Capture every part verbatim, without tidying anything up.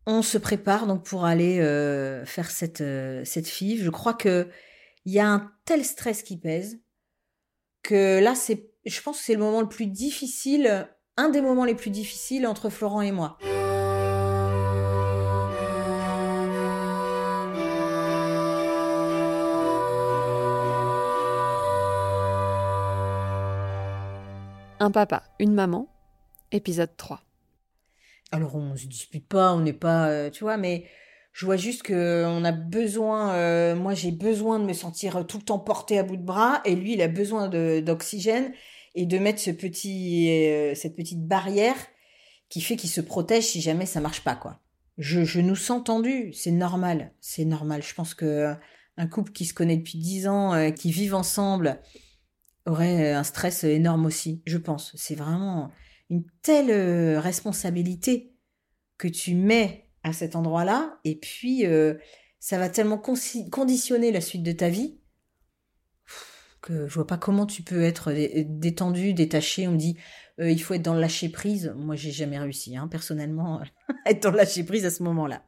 On se prépare donc pour aller euh, faire cette, euh, cette F I V. Je crois que il y a un tel stress qui pèse que là, c'est, je pense que c'est le moment le plus difficile, un des moments les plus difficiles entre Florent et moi. Un papa, une maman, épisode trois. Alors on se dispute pas, on n'est pas, euh, tu vois, mais je vois juste que on a besoin, euh, moi j'ai besoin de me sentir tout le temps portée à bout de bras, et lui il a besoin de, d'oxygène et de mettre ce petit, euh, cette petite barrière qui fait qu'il se protège si jamais ça marche pas, quoi. Je, je nous sens tendus, c'est normal, c'est normal. Je pense que euh, un couple qui se connaît depuis dix ans, euh, qui vivent ensemble, aurait un stress énorme aussi, je pense. C'est vraiment une telle euh, responsabilité que tu mets à cet endroit-là, et puis euh, ça va tellement consi- conditionner la suite de ta vie que je vois pas comment tu peux être dé- détendu, détaché. On me dit euh, il faut être dans le lâcher prise. Moi, j'ai jamais réussi, hein, personnellement, à être dans le lâcher prise à ce moment-là.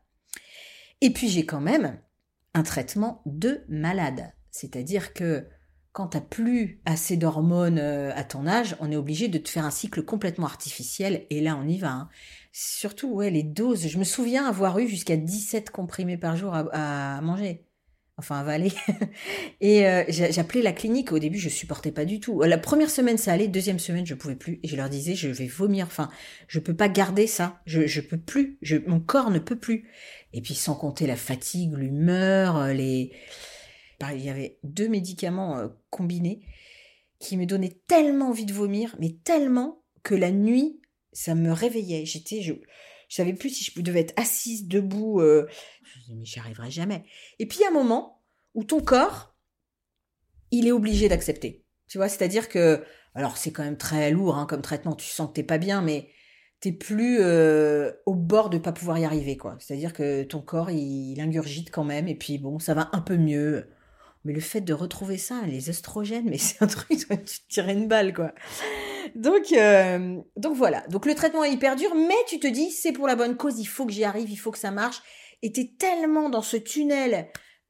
Et puis j'ai quand même un traitement de malade, c'est-à-dire que quand t'as plus assez d'hormones euh, à ton âge, on est obligé de te faire un cycle complètement artificiel, et là on y va. Hein. Surtout, ouais, les doses. Je me souviens avoir eu jusqu'à dix-sept comprimés par jour à, à manger. Enfin, avaler. Et euh, j'a- j'appelais la clinique. Au début, je supportais pas du tout. La première semaine, ça allait. Deuxième semaine, je pouvais plus. Et je leur disais, je vais vomir. Enfin, je peux pas garder ça. Je, je peux plus. Je, mon corps ne peut plus. Et puis, sans compter la fatigue, l'humeur, euh, les... Bah, il y avait deux médicaments euh, combinés qui me donnaient tellement envie de vomir, mais tellement que la nuit, ça me réveillait. J'étais, je, je savais plus si je devais être assise, debout. Euh, je me disais, mais j'y arriverai jamais. Et puis, il y a un moment où ton corps, il est obligé d'accepter. Tu vois, c'est-à-dire que, alors c'est quand même très lourd hein, comme traitement, tu sens que t'es pas bien, mais t'es plus euh, au bord de pas pouvoir y arriver, quoi. C'est-à-dire que ton corps, il, il ingurgite quand même, et puis bon, ça va un peu mieux. Mais le fait de retrouver ça, les oestrogènes, mais c'est un truc, tu te tirais une balle, quoi. Donc, euh, donc voilà. Donc le traitement est hyper dur, mais tu te dis, c'est pour la bonne cause, il faut que j'y arrive, il faut que ça marche. Et t'es tellement dans ce tunnel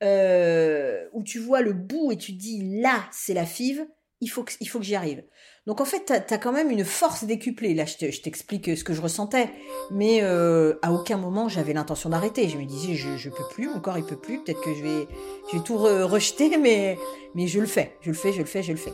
euh, où tu vois le bout et tu te dis, là, c'est la F I V, il faut que, il faut que j'y arrive. Donc en fait, t'as, t'as quand même une force décuplée. Là, je, te, je t'explique ce que je ressentais, mais euh, à aucun moment j'avais l'intention d'arrêter. Je me disais, je, je peux plus, mon corps il peut plus. Peut-être que je vais, je vais tout re- rejeter, mais, mais je le fais, je le fais, je le fais, je le fais.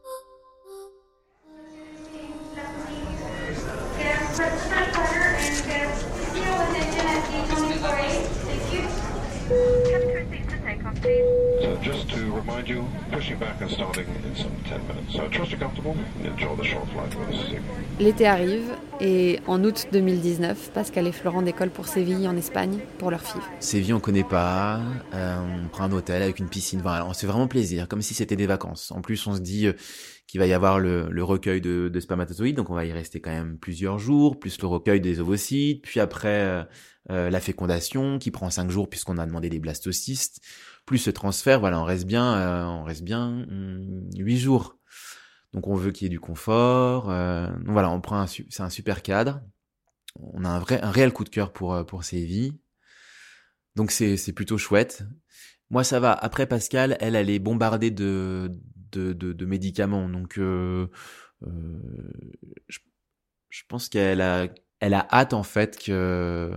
So just to remind you, pushing back and starting in some ten minutes. So trust you're comfortable and enjoy the short flight with us. L'été arrive et en août deux mille dix-neuf, Pascal et Florent décollent pour Séville en Espagne pour leur F I V. Séville, on connaît pas. Euh, on prend un hôtel avec une piscine. Voilà, on se fait vraiment plaisir, comme si c'était des vacances. En plus, on se dit euh, qu'il va y avoir le, le recueil de, de spermatozoïdes, donc on va y rester quand même plusieurs jours, plus le recueil des ovocytes, puis après euh, euh, la fécondation qui prend cinq jours puisqu'on a demandé des blastocystes, plus ce transfert. Voilà, on reste bien, euh, on reste bien huit jours. Donc on veut qu'il y ait du confort. Euh, donc voilà, on prend un, c'est un super cadre. On a un vrai, un réel coup de cœur pour pour Séville. Donc c'est c'est plutôt chouette. Moi ça va. Après Pascal, elle elle est bombardée de de de, de médicaments. Donc euh, euh, je, je pense qu'elle a elle a hâte en fait que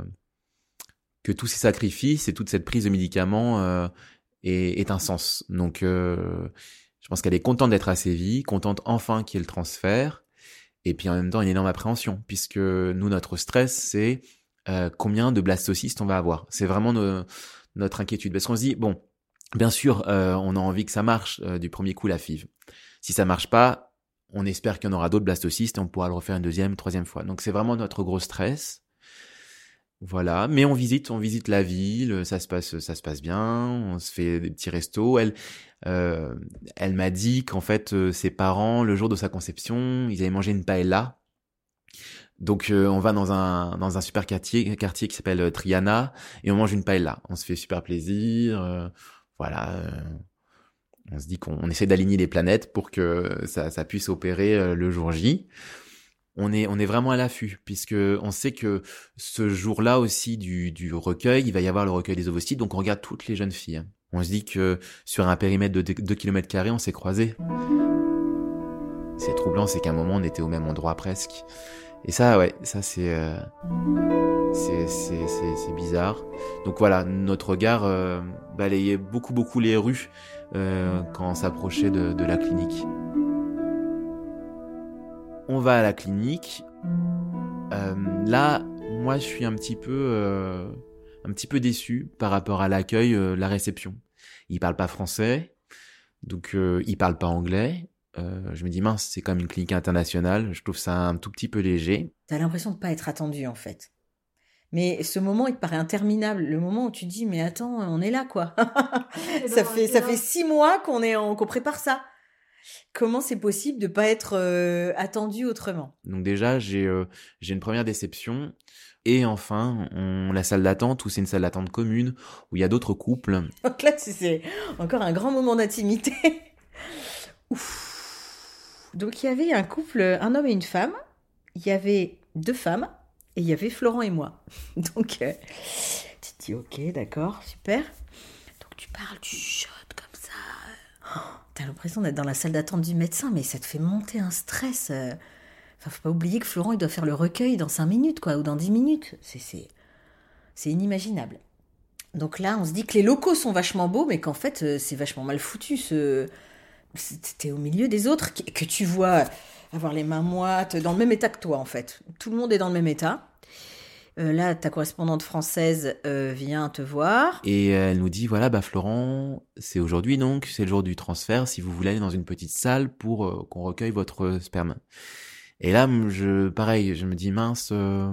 que tous ces sacrifices et toute cette prise de médicaments euh, ait, ait un sens. Donc euh, je pense qu'elle est contente d'être à Séville, contente enfin qu'il y ait le transfert. Et puis en même temps une énorme appréhension puisque nous notre stress c'est euh, combien de blastocystes on va avoir. C'est vraiment no, notre inquiétude parce qu'on se dit bon, bien sûr euh, on a envie que ça marche euh, du premier coup la F I V. Si ça marche pas, on espère qu'il y en aura d'autres blastocystes et on pourra le refaire une deuxième, troisième fois. Donc c'est vraiment notre gros stress. Voilà, mais on visite, on visite la ville, ça se passe, ça se passe bien, on se fait des petits restos. Elle, euh, elle m'a dit qu'en fait, euh, ses parents, le jour de sa conception, ils avaient mangé une paella. Donc, euh, on va dans un dans un super quartier, quartier qui s'appelle euh, Triana, et on mange une paella. On se fait super plaisir, euh, voilà. Euh, on se dit qu'on on essaie d'aligner les planètes pour que ça, ça puisse opérer euh, le jour J. on est, on est vraiment à l'affût, puisque on sait que ce jour-là aussi du, du recueil, il va y avoir le recueil des ovocytes, donc on regarde toutes les jeunes filles. On se dit que sur un périmètre de deux kilomètres carrés, on s'est croisés. C'est troublant, c'est qu'à un moment, on était au même endroit presque. Et ça, ouais, ça c'est, euh, c'est, c'est, c'est, c'est bizarre. Donc voilà, notre regard euh, balayait beaucoup, beaucoup les rues euh, quand on s'approchait de, de la clinique. On va à la clinique. Euh, là, moi, je suis un petit peu, euh, un petit peu déçu par rapport à l'accueil, euh, la réception. Ils parlent pas français, donc euh, ils parlent pas anglais. Euh, je me dis mince, c'est comme une clinique internationale. Je trouve ça un tout petit peu léger. T'as l'impression de pas être attendu en fait. Mais ce moment, il te paraît interminable. Le moment où tu te dis, mais attends, on est là quoi. ça fait ça fait six mois qu'on est en, qu'on prépare ça. Comment c'est possible de pas être euh, attendu autrement? Donc déjà, j'ai euh, j'ai une première déception. Et enfin, on, la salle d'attente, où c'est une salle d'attente commune, où il y a d'autres couples. Donc là, c'est encore un grand moment d'intimité. Ouf. Donc il y avait un couple, un homme et une femme. Il y avait deux femmes et il y avait Florent et moi. Donc euh, tu te dis ok, d'accord, super. Donc tu parles, tu chuchotes comme ça. Oh, t'as l'impression d'être dans la salle d'attente du médecin, mais ça te fait monter un stress. Enfin, faut pas oublier que Florent, il doit faire le recueil dans cinq minutes, quoi, ou dans dix minutes. C'est, c'est, c'est inimaginable. Donc là, on se dit que les locaux sont vachement beaux, mais qu'en fait, c'est vachement mal foutu. Ce... T'es au milieu des autres, que tu vois avoir les mains moites, dans le même état que toi, en fait. Tout le monde est dans le même état. Euh, là, ta correspondante française euh, vient te voir. Et elle nous dit, voilà, bah Florent, c'est aujourd'hui donc, c'est le jour du transfert, si vous voulez aller dans une petite salle pour euh, qu'on recueille votre sperme. Et là, je, pareil, je me dis, mince, euh,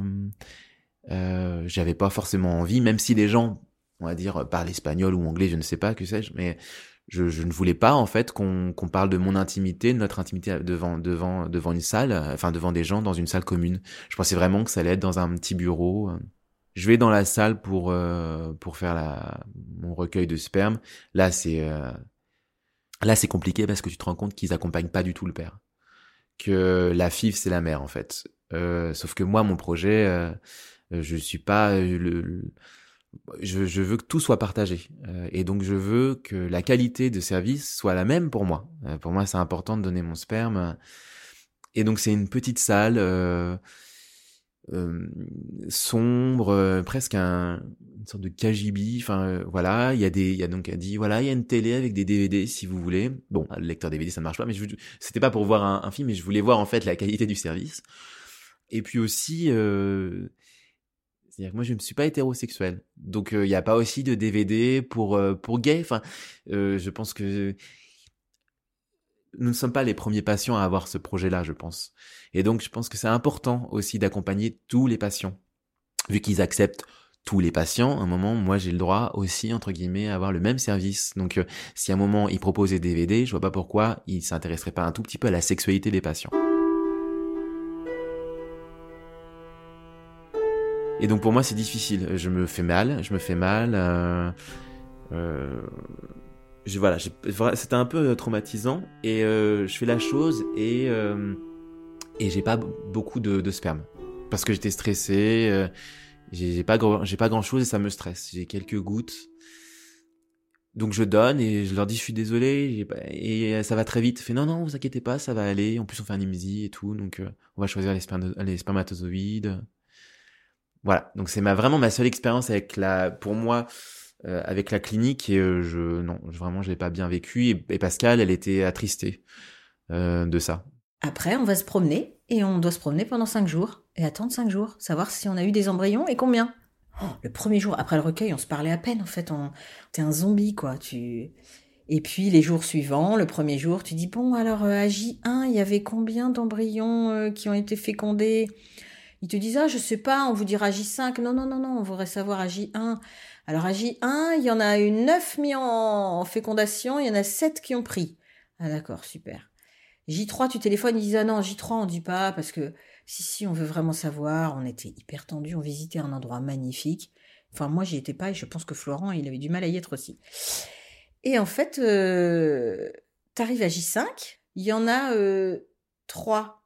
euh, j'avais pas forcément envie, même si les gens, on va dire, parlent espagnol ou anglais, je ne sais pas, que sais-je, mais je, je ne voulais pas, en fait, qu'on, qu'on parle de mon intimité, de notre intimité devant, devant, devant une salle, enfin, devant des gens dans une salle commune. Je pensais vraiment que ça allait être dans un petit bureau. Je vais dans la salle pour, euh, pour faire la, mon recueil de sperme. Là, c'est, euh, là, c'est compliqué parce que tu te rends compte qu'ils accompagnent pas du tout le père. Que la F I V, c'est la mère, en fait. Euh, sauf que moi, mon projet, euh, je suis pas le, le Je, je veux que tout soit partagé euh, et donc je veux que la qualité de service soit la même pour moi. Euh, pour moi, c'est important de donner mon sperme. Et donc c'est une petite salle euh, euh, sombre, euh, presque un, une sorte de K G B. Enfin euh, voilà, il y a des, il y a donc elle dit voilà, il y a une télé avec des D V D si vous voulez. Bon, le lecteur D V D ça ne marche pas, mais je, c'était pas pour voir un, un film, mais je voulais voir en fait la qualité du service. Et puis aussi. Euh, C'est-à-dire que moi, je ne suis pas hétérosexuel. Donc, il euh, n'y a pas aussi de D V D pour, euh, pour gay. Enfin, euh, je pense que nous ne sommes pas les premiers patients à avoir ce projet-là, je pense. Et donc, je pense que c'est important aussi d'accompagner tous les patients. Vu qu'ils acceptent tous les patients, à un moment, moi, j'ai le droit aussi, entre guillemets, à avoir le même service. Donc, euh, si à un moment, ils proposent des D V D, je vois pas pourquoi ils s'intéresseraient pas un tout petit peu à la sexualité des patients. Et donc pour moi c'est difficile, je me fais mal, je me fais mal, euh, euh, je, voilà, j'ai, c'était un peu traumatisant et euh, je fais la chose et euh, et j'ai pas beaucoup de, de sperme parce que j'étais stressé, euh, j'ai, j'ai pas j'ai pas grand chose et ça me stresse, j'ai quelques gouttes, donc je donne et je leur dis je suis désolé j'ai pas... et ça va très vite, fait non non vous inquiétez pas ça va aller, en plus on fait un I M S I et tout donc euh, on va choisir les, sperm... les spermatozoïdes. Voilà, donc c'est ma, vraiment ma seule expérience avec la, pour moi, euh, avec la clinique et euh, je, non, vraiment je l'ai pas bien vécu et, et Pascal, elle était attristée euh, de ça. Après, on va se promener et on doit se promener pendant cinq jours et attendre cinq jours, savoir si on a eu des embryons et combien. Oh, le premier jour après le recueil, on se parlait à peine en fait, on, t'es un zombie quoi. Tu et puis les jours suivants, le premier jour, tu dis bon alors euh, à J un, il y avait combien d'embryons euh, qui ont été fécondés? Ils te disent, ah, je sais pas, on vous dira J cinq. Non, non, non, non, on voudrait savoir à J un. Alors, à J un, il y en a eu neuf mis en fécondation, il y en a sept qui ont pris. Ah, d'accord, super. J trois, tu téléphones, ils disent, ah non, J trois, on dit pas, parce que si, si, on veut vraiment savoir. On était hyper tendus, on visitait un endroit magnifique. Enfin, moi, j'y étais pas et je pense que Florent, il avait du mal à y être aussi. Et en fait, euh, t'arrives à J cinq, il y en a euh, trois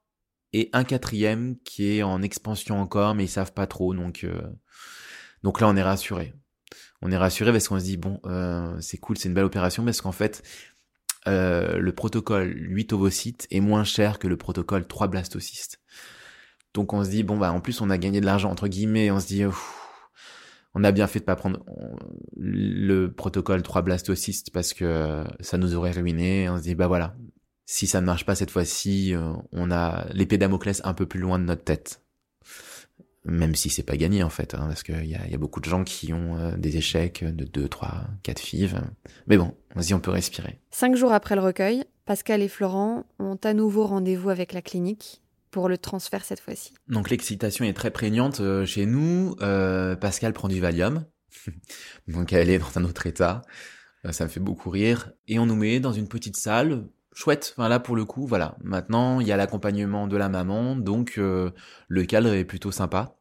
et un quatrième qui est en expansion encore, mais ils savent pas trop. Donc, euh, donc là, on est rassuré. On est rassuré parce qu'on se dit bon, euh, c'est cool, c'est une belle opération parce qu'en fait, euh, le protocole huit ovocytes est moins cher que le protocole trois blastocystes. Donc on se dit bon bah en plus on a gagné de l'argent entre guillemets, on se dit ouf, on a bien fait de pas prendre le protocole trois blastocystes parce que ça nous aurait ruiné. On se dit bah voilà, si ça ne marche pas cette fois-ci, on a l'épée Damoclès un peu plus loin de notre tête. Même si c'est pas gagné en fait, hein, parce qu'il y a, y a beaucoup de gens qui ont euh, des échecs de deux, trois, quatre fives. Mais bon, on se dit on peut respirer. Cinq jours après le recueil, Pascal et Florent ont à nouveau rendez-vous avec la clinique pour le transfert cette fois-ci. Donc l'excitation est très prégnante euh, chez nous. Euh, Pascal prend du Valium, donc elle est dans un autre état. Euh, ça me fait beaucoup rire. Et on nous met dans une petite salle, chouette. Enfin là pour le coup, voilà. Maintenant il y a l'accompagnement de la maman, donc euh, le cadre est plutôt sympa.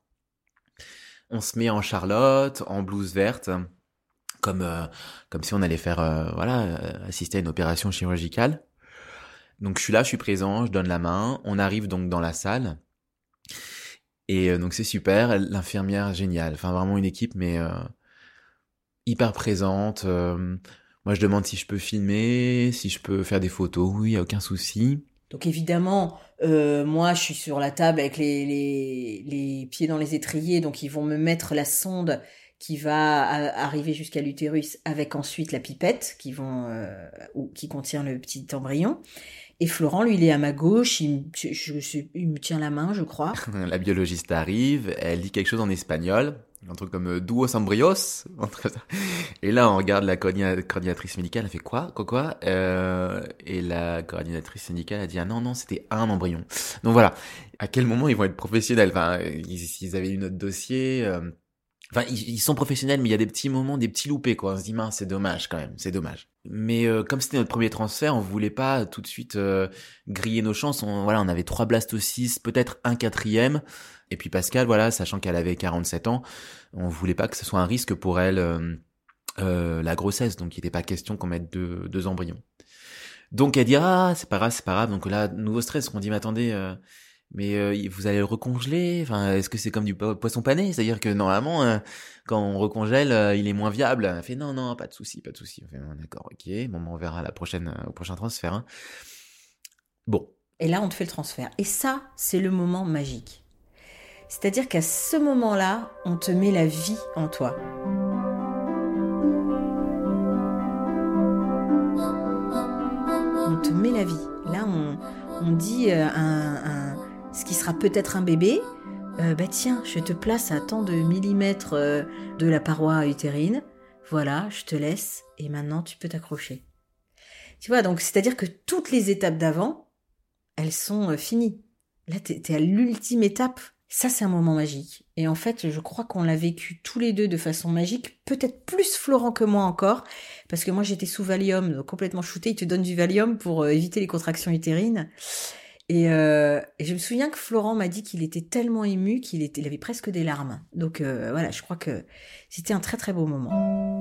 On se met en Charlotte, en blouse verte, comme euh, comme si on allait faire euh, voilà euh, assister à une opération chirurgicale. Donc je suis là, je suis présent, je donne la main. On arrive donc dans la salle. Et euh, donc c'est super, l'infirmière géniale. Enfin vraiment une équipe mais euh, hyper présente. Euh, moi je demande si je peux filmer, si je peux faire des photos. Oui, il y a aucun souci. Donc évidemment, euh, moi je suis sur la table avec les, les, les pieds dans les étriers, donc ils vont me mettre la sonde qui va a- arriver jusqu'à l'utérus avec ensuite la pipette qui, vont, euh, ou, qui contient le petit embryon. Et Florent, lui, il est à ma gauche, il, me- je, je, je- il me tient la main, je crois. La biologiste arrive, elle dit quelque chose en espagnol, un truc comme euh, duos embrios, un truc comme ça. Et là on regarde la coordina- coordinatrice médicale, elle fait quoi, quoi, quoi euh, Et la coordinatrice médicale a dit ah non non c'était un embryon. Donc voilà, à quel moment ils vont être professionnels. Enfin, ils, ils avaient eu notre dossier. Euh, Enfin, ils, ils sont professionnels, mais il y a des petits moments, des petits loupés, quoi. On se dit, mince, c'est dommage, quand même, c'est dommage. Mais euh, comme c'était notre premier transfert, on voulait pas tout de suite euh, griller nos chances. On, voilà, on avait trois blastocystes, peut-être un quatrième. Et puis Pascal, voilà, sachant qu'elle avait quarante-sept ans, on voulait pas que ce soit un risque pour elle, euh, euh, la grossesse. Donc, il n'était pas question qu'on mette deux, deux embryons. Donc, elle dit, ah, c'est pas grave, c'est pas grave. Donc là, nouveau stress, on dit, mais attendez... Euh, Mais euh, vous allez le recongeler. Enfin, est-ce que c'est comme du po- poisson pané? C'est-à-dire que normalement, euh, quand on recongèle, euh, il est moins viable. Elle fait non, non, pas de souci, pas de souci. On fait bon, d'accord, ok. Bon, on verra la prochaine, euh, au prochain transfert. Hein. Bon. Et là, on te fait le transfert. Et ça, c'est le moment magique. C'est-à-dire qu'à ce moment-là, on te met la vie en toi. On te met la vie. Là, on, on dit euh, un, un, ce qui sera peut-être un bébé, euh, bah tiens, je te place à tant de millimètres euh, de la paroi utérine. Voilà, je te laisse et maintenant tu peux t'accrocher. Tu vois, donc c'est-à-dire que toutes les étapes d'avant, elles sont euh, finies. Là, t'es, t'es à l'ultime étape. Ça, c'est un moment magique. Et en fait, je crois qu'on l'a vécu tous les deux de façon magique, peut-être plus Florent que moi encore, parce que moi, j'étais sous Valium, donc complètement shootée. Il te donne du Valium pour euh, éviter les contractions utérines. Et, euh, et je me souviens que Florent m'a dit qu'il était tellement ému qu'il était, il avait presque des larmes. Donc euh, voilà, je crois que c'était un très très beau moment.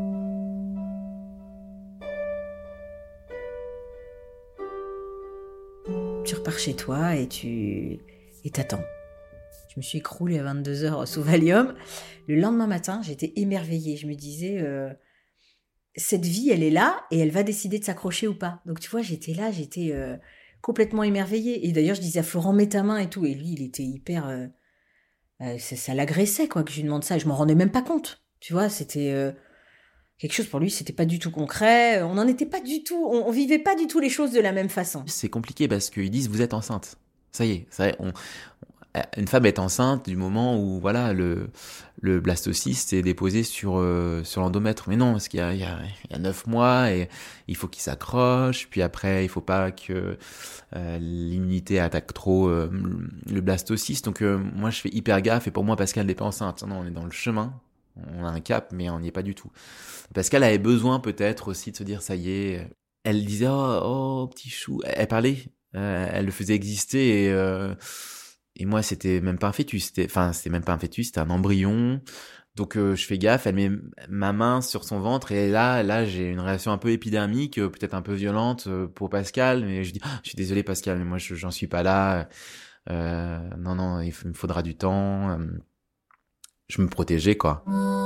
Tu repars chez toi et tu et t'attends. Je me suis écroulée à vingt-deux heures sous Valium. Le lendemain matin, j'étais émerveillée. Je me disais, euh, cette vie, elle est là et elle va décider de s'accrocher ou pas. Donc tu vois, j'étais là, j'étais euh, complètement émerveillée. Et d'ailleurs, je disais à Florent, mets ta main et tout. Et lui, il était hyper... Euh, euh, ça, ça l'agressait, quoi, que je lui demande ça. Je m'en rendais même pas compte. Tu vois, c'était... Euh, quelque chose pour lui, c'était pas du tout concret. On n'en était pas du tout... On, on vivait pas du tout les choses de la même façon. C'est compliqué parce qu'ils disent, vous êtes enceinte. Ça y est, ça y est, on... Une femme est enceinte du moment où voilà le le blastocyste est déposé sur euh, sur l'endomètre. Mais non, parce qu'il y a il y a il y a neuf mois et il faut qu'il s'accroche. Puis après, il faut pas que euh, l'immunité attaque trop euh, le blastocyste. Donc euh, moi, je fais hyper gaffe. Et pour moi, Pascal n'est pas enceinte. Non, on est dans le chemin. On a un cap, mais on n'y est pas du tout. Pascal avait besoin peut-être aussi de se dire ça y est. Elle disait oh oh petit chou. Elle, elle parlait. Euh, elle le faisait exister et euh, Et moi, c'était même pas un fœtus, c'était, enfin, c'était même pas un fœtus, c'était un embryon. Donc, euh, je fais gaffe, elle met ma main sur son ventre et là, là, j'ai une réaction un peu épidermique, euh, peut-être un peu violente euh, pour Pascal, mais je dis, oh, je suis désolé Pascal, mais moi, je, j'en suis pas là. Euh, non, non, il me faudra du temps. Euh, je me protégeais, quoi.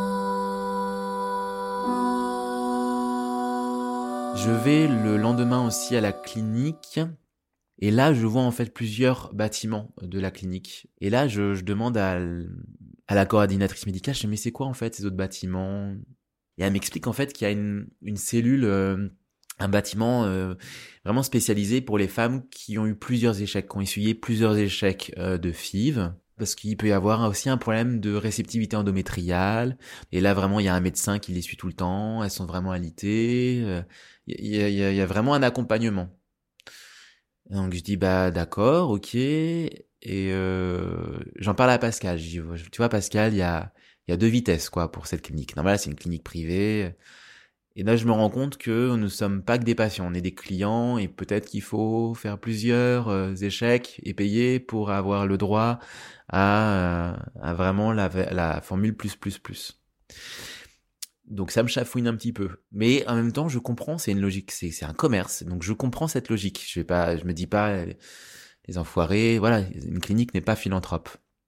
Je vais le lendemain aussi à la clinique. Et là, je vois en fait plusieurs bâtiments de la clinique. Et là, je, je demande à, à la coordinatrice médicale, je dis, mais c'est quoi en fait ces autres bâtiments? Et elle m'explique en fait qu'il y a une, une cellule, euh, un bâtiment euh, vraiment spécialisé pour les femmes qui ont eu plusieurs échecs, qui ont essuyé plusieurs échecs euh, de F I V. Parce qu'il peut y avoir aussi un problème de réceptivité endométriale. Et là, vraiment, il y a un médecin qui les suit tout le temps. Elles sont vraiment alitées. Euh, il y a, il y a, il y a vraiment un accompagnement. Donc, je dis, bah, d'accord, ok. Et euh, j'en parle à Pascal. Je dis, tu vois, Pascal, il y a, il y a deux vitesses, quoi, pour cette clinique. Normalement, c'est une clinique privée. Et là, je me rends compte que nous ne sommes pas que des patients, on est des clients et peut-être qu'il faut faire plusieurs euh, échecs et payer pour avoir le droit à, euh, à vraiment la, la formule plus, plus, plus. Donc ça me chafouine un petit peu. Mais en même temps, je comprends, c'est une logique, c'est, c'est un commerce. Donc je comprends cette logique. Je vais pas, je me dis pas, les enfoirés, voilà, une clinique n'est pas philanthrope.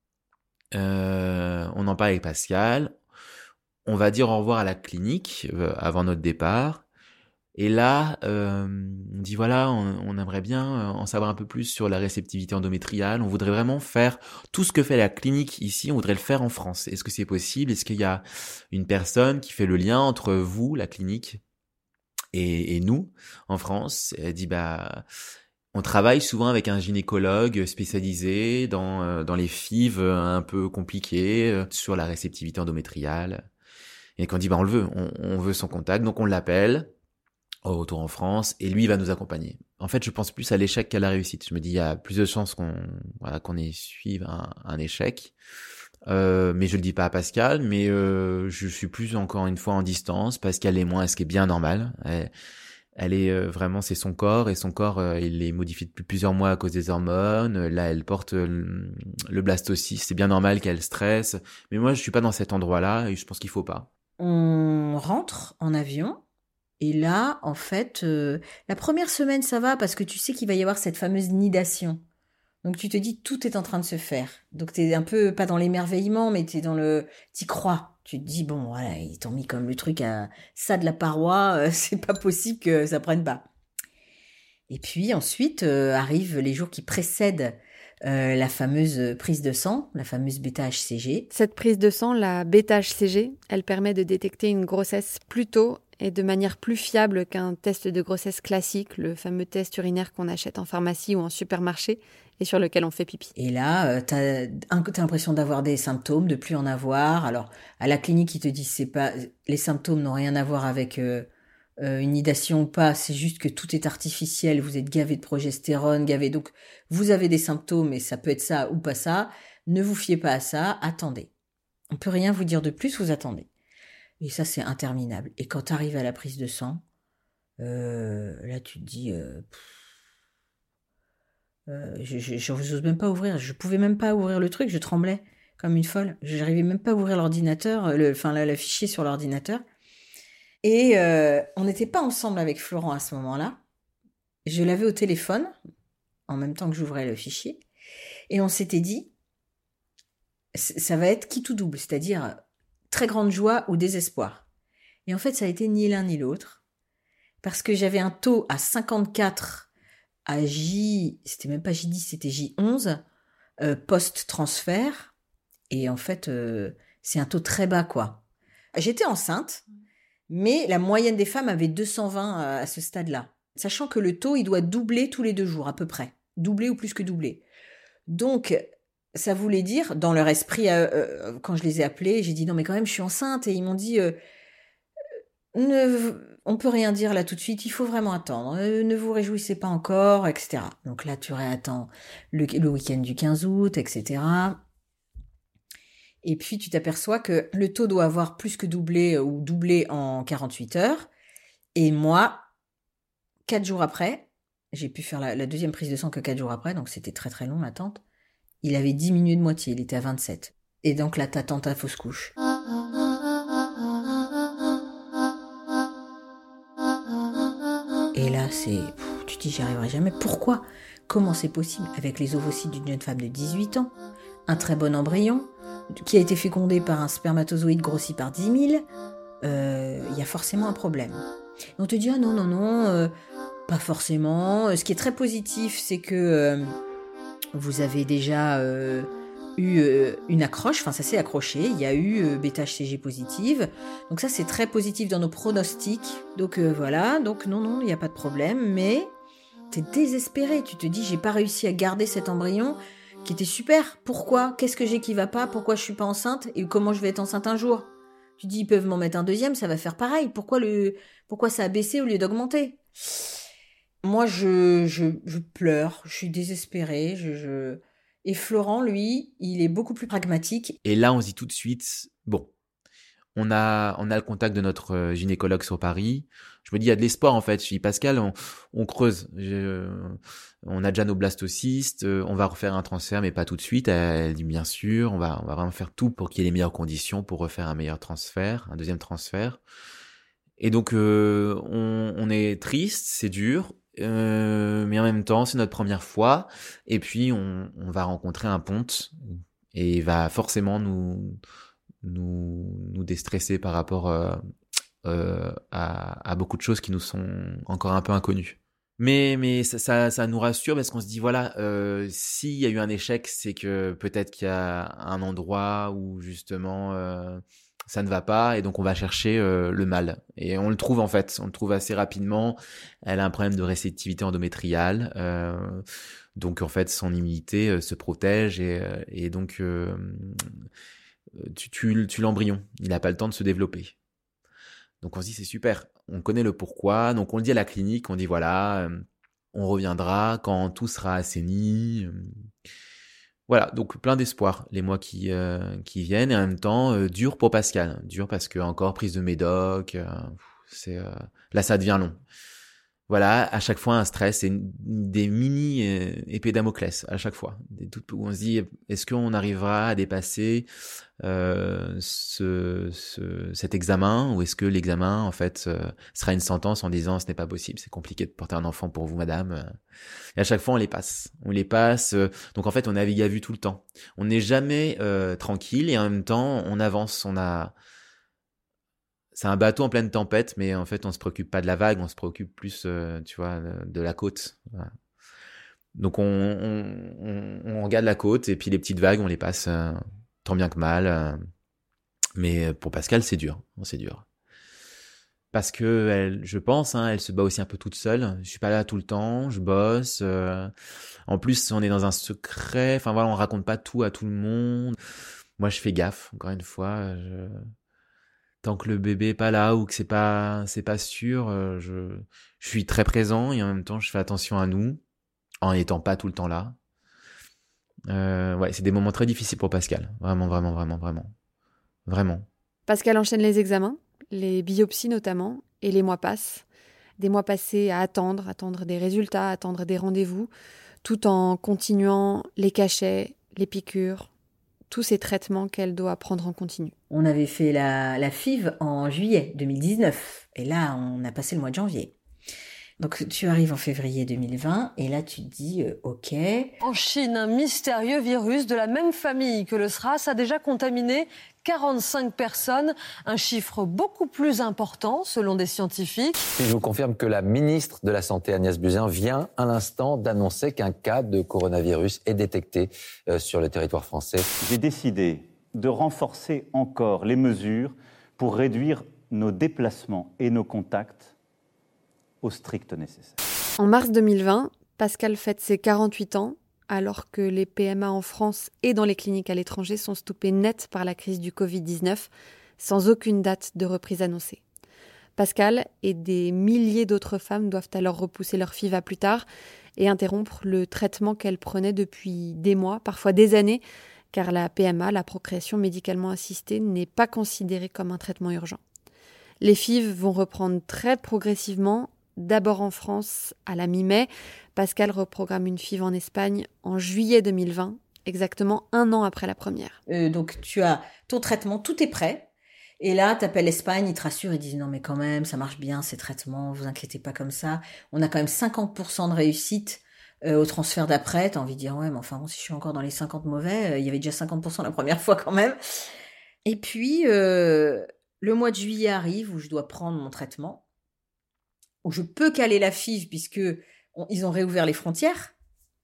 Euh, on en parle avec Pascal. On va dire au revoir à la clinique euh, avant notre départ. Et là, euh, on dit voilà, on, on aimerait bien en savoir un peu plus sur la réceptivité endométriale. On voudrait vraiment faire tout ce que fait la clinique ici, on voudrait le faire en France. Est-ce que c'est possible? Est-ce qu'il y a une personne qui fait le lien entre vous, la clinique, et, et nous, en France? Elle dit bah... On travaille souvent avec un gynécologue spécialisé dans, euh, dans les F I V un peu compliquées, euh, sur la réceptivité endométriale. Et qu'on dit, bah, on le veut, on, on veut son contact, donc on l'appelle au retour en France, et lui, il va nous accompagner. En fait, je pense plus à l'échec qu'à la réussite. Je me dis, il y a plus de chances qu'on, voilà, qu'on essuive un, un échec. Euh, mais je le dis pas à Pascal, mais euh, je suis plus encore une fois en distance. Pascal et moi, ce qui est bien normal. Elle, elle est euh, vraiment, c'est son corps, et son corps, euh, il est modifié depuis plusieurs mois à cause des hormones. Là, elle porte euh, le blastocystes. C'est bien normal qu'elle stresse. Mais moi, je suis pas dans cet endroit-là, et je pense qu'il faut pas. On rentre en avion et là, en fait, euh, la première semaine, ça va parce que tu sais qu'il va y avoir cette fameuse nidation. Donc tu te dis, tout est en train de se faire. Donc t'es un peu, pas dans l'émerveillement, mais t'es dans le... T'y crois. Tu te dis, bon, voilà, ils t'ont mis comme le truc à ça de la paroi, euh, c'est pas possible que ça prenne pas. Et puis ensuite, euh, arrivent les jours qui précèdent Euh, la fameuse prise de sang, la fameuse bêta-H C G. Cette prise de sang, la bêta-H C G, elle permet de détecter une grossesse plus tôt et de manière plus fiable qu'un test de grossesse classique, le fameux test urinaire qu'on achète en pharmacie ou en supermarché et sur lequel on fait pipi. Et là, euh, t'as, t'as l'impression d'avoir des symptômes, de plus en avoir. Alors, à la clinique, ils te disent c'est pas, les symptômes n'ont rien à voir avec euh, euh, une nidation ou pas, c'est juste que tout est artificiel, vous êtes gavé de progestérone, gavé, donc vous avez des symptômes et ça peut être ça ou pas ça. Ne vous fiez pas à ça, attendez. On peut rien vous dire de plus, vous attendez. Et ça, c'est interminable. Et quand t'arrives à la prise de sang, euh, là, tu te dis... Euh, euh, je n'ose même pas ouvrir. Je pouvais même pas ouvrir le truc. Je tremblais comme une folle. Je n'arrivais même pas à ouvrir l'ordinateur, le, enfin, le, le fichier sur l'ordinateur. Et euh, on n'était pas ensemble avec Florent à ce moment-là. Je l'avais au téléphone, en même temps que j'ouvrais le fichier. Et on s'était dit, ça va être quitte ou double, c'est-à-dire très grande joie ou désespoir. Et en fait, ça a été ni l'un ni l'autre. Parce que j'avais un taux à cinquante-quatre à J... C'était même pas J dix, c'était J onze, euh, post-transfert. Et en fait, euh, c'est un taux très bas, quoi. J'étais enceinte, mais la moyenne des femmes avait deux cent vingt à ce stade-là. Sachant que le taux, il doit doubler tous les deux jours, à peu près. Doubler ou plus que doubler. Donc... ça voulait dire, dans leur esprit, euh, euh, quand je les ai appelés, j'ai dit non mais quand même je suis enceinte, et ils m'ont dit euh, ne, on peut rien dire là tout de suite, il faut vraiment attendre, euh, ne vous réjouissez pas encore, et cetera. Donc là tu réattends le, le week-end du quinze août, et cetera. Et puis tu t'aperçois que le taux doit avoir plus que doublé ou doublé en quarante-huit heures. Et moi, quatre jours après, j'ai pu faire la, la deuxième prise de sang que quatre jours après, donc c'était très très long l'attente. Il avait diminué de moitié, il était à vingt-sept. Et donc là, t'attends ta fausse couche. Et là, c'est... Pff, tu te dis, j'y arriverai jamais. Pourquoi ? Comment c'est possible avec les ovocytes d'une jeune femme de dix-huit ans, un très bon embryon, qui a été fécondé par un spermatozoïde grossi par dix mille, il euh, y a forcément un problème. Et on te dit, ah non, non, non, euh, pas forcément. Ce qui est très positif, c'est que euh, vous avez déjà euh, eu euh, une accroche, enfin ça s'est accroché, il y a eu euh, bêta-H C G positive. Donc ça, c'est très positif dans nos pronostics. Donc euh, voilà, donc non, non, il n'y a pas de problème, mais t'es désespéré. Tu te dis, j'ai pas réussi à garder cet embryon qui était super. Pourquoi ? Qu'est-ce que j'ai qui va pas ? Pourquoi je suis pas enceinte ? Et comment je vais être enceinte un jour ? Tu dis, ils peuvent m'en mettre un deuxième, ça va faire pareil. Pourquoi, le... Pourquoi ça a baissé au lieu d'augmenter ? Moi, je, je, je pleure, je suis désespérée. Je, je... Et Florent, lui, il est beaucoup plus pragmatique. Et là, on se dit tout de suite, bon, on a, on a le contact de notre gynécologue sur Paris. Je me dis, il y a de l'espoir, en fait. Je dis, Pascal, on, on creuse. Je, on a déjà nos blastocystes. On va refaire un transfert, mais pas tout de suite. Elle dit, bien sûr, on va, on va vraiment faire tout pour qu'il y ait les meilleures conditions pour refaire un meilleur transfert, un deuxième transfert. Et donc, euh, on, on est triste, c'est dur. Euh, mais en même temps, c'est notre première fois. Et puis, on, on va rencontrer un ponte. Et il va forcément nous, nous, nous déstresser par rapport euh, euh, à, à beaucoup de choses qui nous sont encore un peu inconnues. Mais, mais ça, ça, ça nous rassure parce qu'on se dit, voilà, euh, s'il y a eu un échec, c'est que peut-être qu'il y a un endroit où justement euh, ça ne va pas et donc on va chercher euh, le mal. Et on le trouve en fait, on le trouve assez rapidement. Elle a un problème de réceptivité endométriale. Euh, donc en fait, son immunité euh, se protège et, et donc euh, tu tues tu l'embryon. Il n'a pas le temps de se développer. Donc on se dit c'est super, on connaît le pourquoi, donc on le dit à la clinique, on dit voilà, euh, on reviendra quand tout sera assaini. Euh, voilà, donc plein d'espoir les mois qui euh, qui viennent et en même temps euh, dur pour Pascal, dur parce que encore prise de médoc, euh, c'est euh, là ça devient long. Voilà, à chaque fois un stress et des mini euh, épées Damoclès à chaque fois, des toutes où on se dit est-ce qu'on arrivera à dépasser euh, ce, ce cet examen ou est-ce que l'examen en fait euh, sera une sentence en disant ce n'est pas possible, c'est compliqué de porter un enfant pour vous madame. Et à chaque fois on les passe, on les passe. Euh, donc en fait on navigue à vue tout le temps. On n'est jamais euh, tranquille et en même temps on avance, on a c'est un bateau en pleine tempête, mais en fait, on se préoccupe pas de la vague, on se préoccupe plus, euh, tu vois, de la côte. Voilà. Donc, on, on, on, on regarde la côte et puis les petites vagues, on les passe euh, tant bien que mal. Euh, mais pour Pascal, c'est dur, c'est dur. Parce que elle, je pense, hein, elle se bat aussi un peu toute seule. Je suis pas là tout le temps, je bosse. Euh, en plus, on est dans un secret. Enfin voilà, on raconte pas tout à tout le monde. Moi, je fais gaffe. Encore une fois. Je... Tant que le bébé est pas là ou que c'est pas c'est pas sûr, euh, je je suis très présent et en même temps je fais attention à nous en n'étant pas tout le temps là. Euh, ouais, c'est des moments très difficiles pour Pascal, vraiment vraiment vraiment vraiment vraiment. Pascal enchaîne les examens, les biopsies notamment, et les mois passent. Des mois passés à attendre, attendre des résultats, attendre des rendez-vous, tout en continuant les cachets, les piqûres, tous ces traitements qu'elle doit prendre en continu. On avait fait la, la F I V en juillet deux mille dix-neuf. Et là, on a passé le mois de janvier. Donc, tu arrives en février deux mille vingt et là, tu te dis, euh, OK. En Chine, un mystérieux virus de la même famille que le SRAS a déjà contaminé quarante-cinq personnes, un chiffre beaucoup plus important selon des scientifiques. Je vous confirme que la ministre de la Santé, Agnès Buzyn, vient à l'instant d'annoncer qu'un cas de coronavirus est détecté euh, sur le territoire français. J'ai décidé de renforcer encore les mesures pour réduire nos déplacements et nos contacts au strict nécessaire. En mars deux mille vingt, Pascal fête ses quarante-huit ans, alors que les P M A en France et dans les cliniques à l'étranger sont stoppés net par la crise du covid dix-neuf, sans aucune date de reprise annoncée. Pascal et des milliers d'autres femmes doivent alors repousser leur F I V à plus tard et interrompre le traitement qu'elles prenaient depuis des mois, parfois des années, car la P M A, la procréation médicalement assistée, n'est pas considérée comme un traitement urgent. Les F I V vont reprendre très progressivement. D'abord en France, à la mi-mai, Pascal reprogramme une F I V en Espagne en juillet deux mille vingt, exactement un an après la première. Euh, donc tu as ton traitement, tout est prêt. Et là, tu appelles l'Espagne, ils te rassurent, ils disent non mais quand même, ça marche bien ces traitements, vous inquiétez pas comme ça. On a quand même cinquante pour cent de réussite Euh, au transfert d'après, t'as envie de dire, ouais, mais enfin bon, si je suis encore dans les cinquante mauvais, euh, il y avait déjà cinquante pour cent la première fois quand même. Et puis, euh, le mois de juillet arrive où je dois prendre mon traitement, où je peux caler la F I V puisque on, ils ont réouvert les frontières. D'accord ?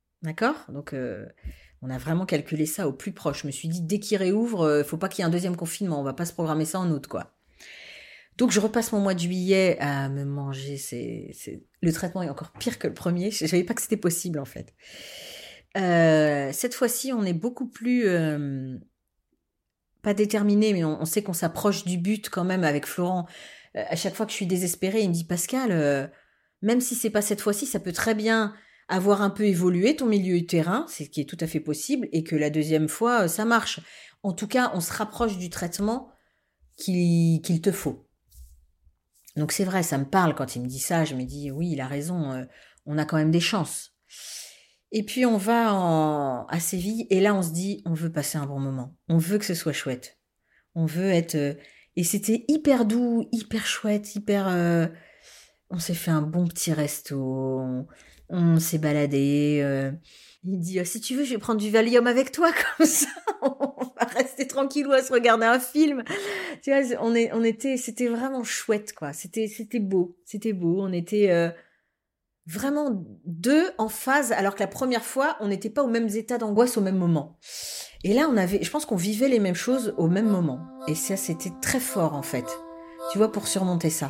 Donc, euh, on a vraiment calculé ça au plus proche. Je me suis dit, dès qu'ils réouvrent, euh, faut pas qu'il y ait un deuxième confinement. On va pas se programmer ça en août, quoi. Donc, je repasse mon mois de juillet à me manger. C'est, c'est... Le traitement est encore pire que le premier. Je savais pas que c'était possible, en fait. Euh, cette fois-ci, on est beaucoup plus... Euh, pas déterminé, mais on, on sait qu'on s'approche du but quand même avec Florent. Euh, à chaque fois que je suis désespérée, il me dit, Pascal, euh, même si c'est pas cette fois-ci, ça peut très bien... avoir un peu évolué ton milieu de terrain, c'est ce qui est tout à fait possible, et que la deuxième fois, ça marche. En tout cas, on se rapproche du traitement qu'il, qu'il te faut. Donc c'est vrai, ça me parle quand il me dit ça, je me dis, oui, il a raison, euh, on a quand même des chances. Et puis on va en, à Séville, et là on se dit, on veut passer un bon moment, on veut que ce soit chouette, on veut être... Euh, et c'était hyper doux, hyper chouette, hyper... Euh, on s'est fait un bon petit resto... On, On s'est baladé. Euh, il dit oh, si tu veux, je vais prendre du Valium avec toi comme ça. On va rester tranquillou à se regarder un film. Tu vois, on est, on était, c'était vraiment chouette quoi. C'était, c'était beau, c'était beau. On était euh, vraiment deux en phase, alors que la première fois, on n'était pas aux mêmes états d'angoisse au même moment. Et là, on avait, je pense qu'on vivait les mêmes choses au même moment. Et ça, c'était très fort en fait. Tu vois, pour surmonter ça.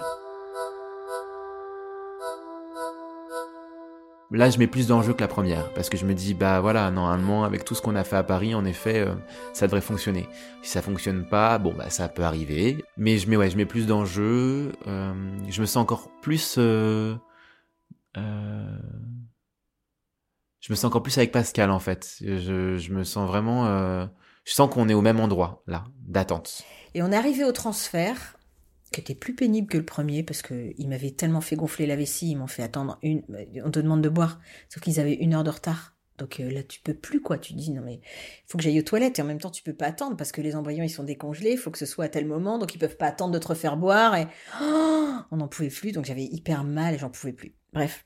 Là, je mets plus d'enjeux que la première, parce que je me dis, bah voilà, normalement, avec tout ce qu'on a fait à Paris, en effet, euh, ça devrait fonctionner. Si ça fonctionne pas, bon, bah ça peut arriver. Mais je mets, ouais, je mets plus d'enjeux. Euh, je me sens encore plus, euh, euh, je me sens encore plus avec Pascal, en fait. Je, je me sens vraiment, euh, je sens qu'on est au même endroit là, d'attente. Et on est arrivé au transfert, qui était plus pénible que le premier, parce qu'ils m'avaient tellement fait gonfler la vessie, ils m'ont fait attendre une... On te demande de boire, sauf qu'ils avaient une heure de retard. Donc euh, là, tu peux plus, quoi. Tu dis, non mais, il faut que j'aille aux toilettes, et en même temps, tu peux pas attendre, parce que les embryons, ils sont décongelés, il faut que ce soit à tel moment, donc ils peuvent pas attendre de te refaire boire, et... Oh, on n'en pouvait plus, donc j'avais hyper mal, et j'en pouvais plus. Bref.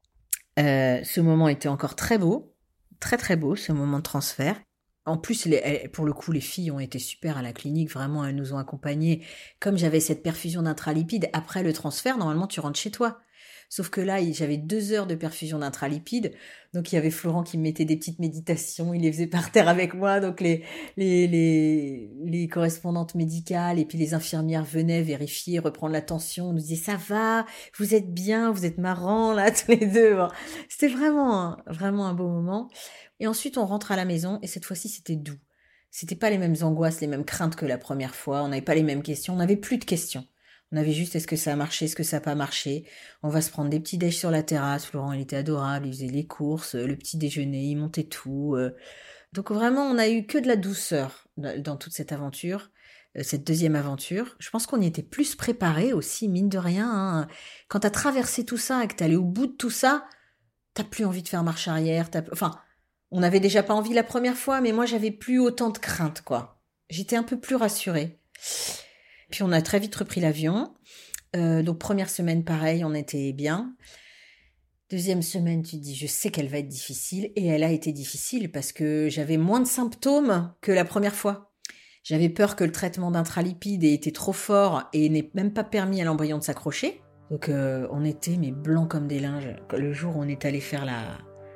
Euh, ce moment était encore très beau, très très beau, ce moment de transfert. En plus, les, pour le coup, les filles ont été super à la clinique. Vraiment, elles nous ont accompagnées. Comme j'avais cette perfusion d'intralipides, après le transfert, normalement, tu rentres chez toi. Sauf que là, j'avais deux heures de perfusion d'intralipides. Donc, il y avait Florent qui me mettait des petites méditations. Il les faisait par terre avec moi. Donc, les, les, les, les correspondantes médicales et puis les infirmières venaient vérifier, reprendre la tension. On nous disait, ça va, vous êtes bien, vous êtes marrants, là, tous les deux. Bon, c'était vraiment, un, vraiment un beau moment. Et ensuite, on rentre à la maison, et cette fois-ci, c'était doux. C'était pas les mêmes angoisses, les mêmes craintes que la première fois. On n'avait pas les mêmes questions. On n'avait plus de questions. On avait juste, est-ce que ça a marché, est-ce que ça n'a pas marché? On va se prendre des petits déj sur la terrasse. Florent, il était adorable, il faisait les courses, le petit déjeuner, il montait tout. Donc vraiment, on a eu que de la douceur dans toute cette aventure, cette deuxième aventure. Je pense qu'on y était plus préparés aussi, mine de rien. Hein. Quand t'as traversé tout ça et que t'es allé au bout de tout ça, t'as plus envie de faire marche arrière. T'as... Enfin... On n'avait déjà pas envie la première fois, mais moi, j'avais plus autant de crainte, quoi. J'étais un peu plus rassurée. Puis, on a très vite repris l'avion. Euh, donc, première semaine, pareil, on était bien. Deuxième semaine, tu te dis, je sais qu'elle va être difficile. Et elle a été difficile parce que j'avais moins de symptômes que la première fois. J'avais peur que le traitement d'intralipide ait été trop fort et n'ait même pas permis à l'embryon de s'accrocher. Donc, euh, on était, mais blancs comme des linges. Le jour où on est allé faire la...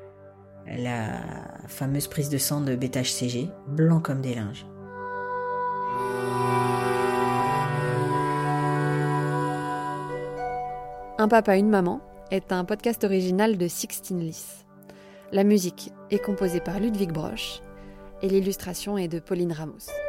la fameuse prise de sang de bêta H C G, blanc comme des linges. Un papa, une maman est un podcast original de Sixteen Lys. La musique est composée par Ludwig Broch et l'illustration est de Pauline Ramos.